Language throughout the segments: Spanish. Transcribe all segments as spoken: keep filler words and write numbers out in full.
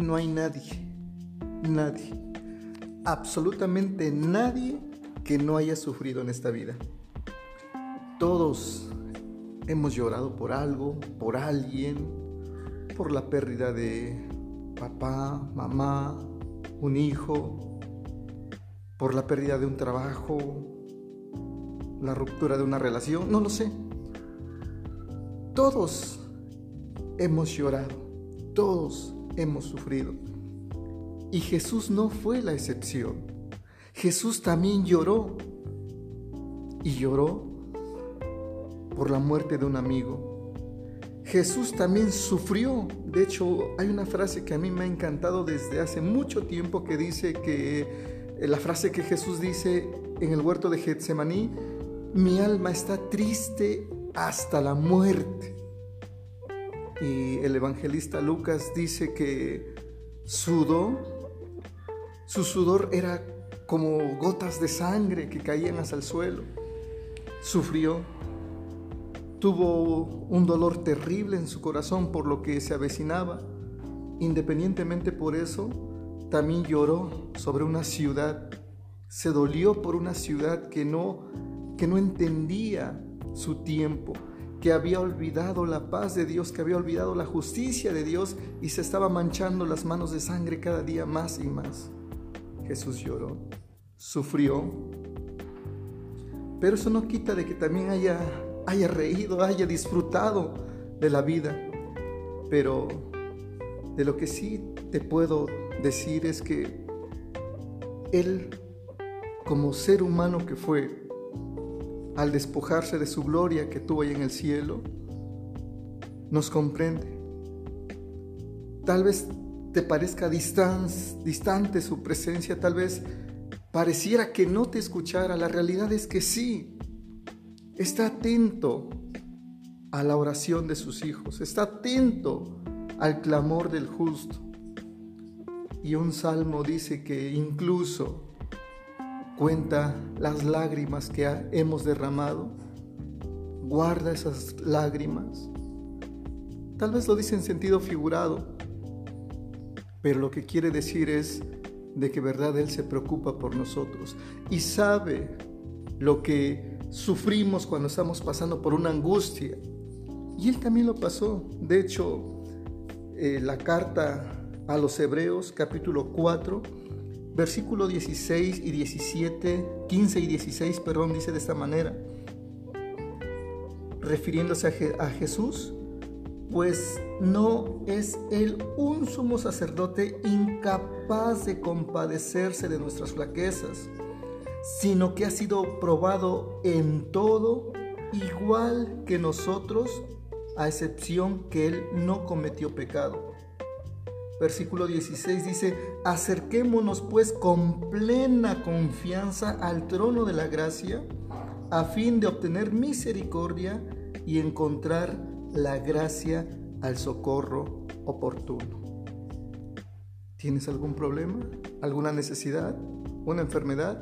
no hay nadie, nadie, absolutamente nadie que no haya sufrido en esta vida. Todos hemos llorado por algo, por alguien, por la pérdida de papá, mamá, un hijo, por la pérdida de un trabajo, la ruptura de una relación, no lo sé. Todos hemos llorado, todos hemos sufrido. Y Jesús no fue la excepción. Jesús también lloró. Y lloró por la muerte de un amigo. Jesús también sufrió. De hecho, hay una frase que a mí me ha encantado desde hace mucho tiempo que dice que, la frase que Jesús dice en el huerto de Getsemaní: mi alma está triste hasta la muerte. Y el evangelista Lucas dice que sudó, su sudor era como gotas de sangre que caían hasta el suelo. Sufrió, tuvo un dolor terrible en su corazón por lo que se avecinaba. Independientemente por eso, también lloró sobre una ciudad, se dolió por una ciudad que no, que no entendía su tiempo, que había olvidado la paz de Dios, que había olvidado la justicia de Dios y se estaba manchando las manos de sangre cada día más y más. Jesús lloró, sufrió, pero eso no quita de que también haya, haya reído, haya disfrutado de la vida. Pero de lo que sí te puedo decir es que Él, como ser humano que fue, al despojarse de su gloria que tuvo ahí en el cielo, nos comprende. Tal vez te parezca distan, distante su presencia, tal vez pareciera que no te escuchara. La realidad es que sí, está atento a la oración de sus hijos, está atento al clamor del justo. Y un salmo dice que incluso cuenta las lágrimas que hemos derramado, guarda esas lágrimas. Tal vez lo dice en sentido figurado, pero lo que quiere decir es de que verdad Él se preocupa por nosotros y sabe lo que sufrimos cuando estamos pasando por una angustia. Y Él también lo pasó. De hecho, eh, la carta a los Hebreos, capítulo cuatro, versículo dieciséis y diecisiete, quince y dieciséis, perdón, dice de esta manera, refiriéndose a, Je- a Jesús: pues no es Él un sumo sacerdote incapaz de compadecerse de nuestras flaquezas, sino que ha sido probado en todo, igual que nosotros, a excepción que Él no cometió pecado. Versículo dieciséis dice: acerquémonos pues con plena confianza al trono de la gracia, a fin de obtener misericordia y encontrar la gracia al socorro oportuno. ¿Tienes algún problema? ¿Alguna necesidad? ¿Una enfermedad?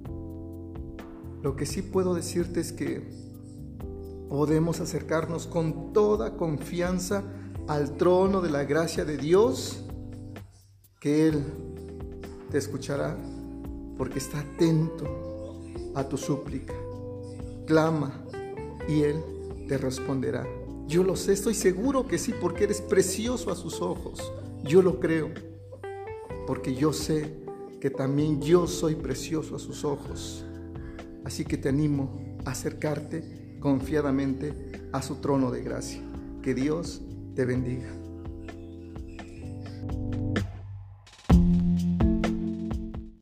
Lo que sí puedo decirte es que podemos acercarnos con toda confianza al trono de la gracia de Dios, que Él te escuchará porque está atento a tu súplica. Clama y Él te responderá. Yo lo sé, estoy seguro que sí, porque eres precioso a sus ojos. Yo lo creo, porque yo sé que también yo soy precioso a sus ojos. Así que te animo a acercarte confiadamente a su trono de gracia. Que Dios te bendiga.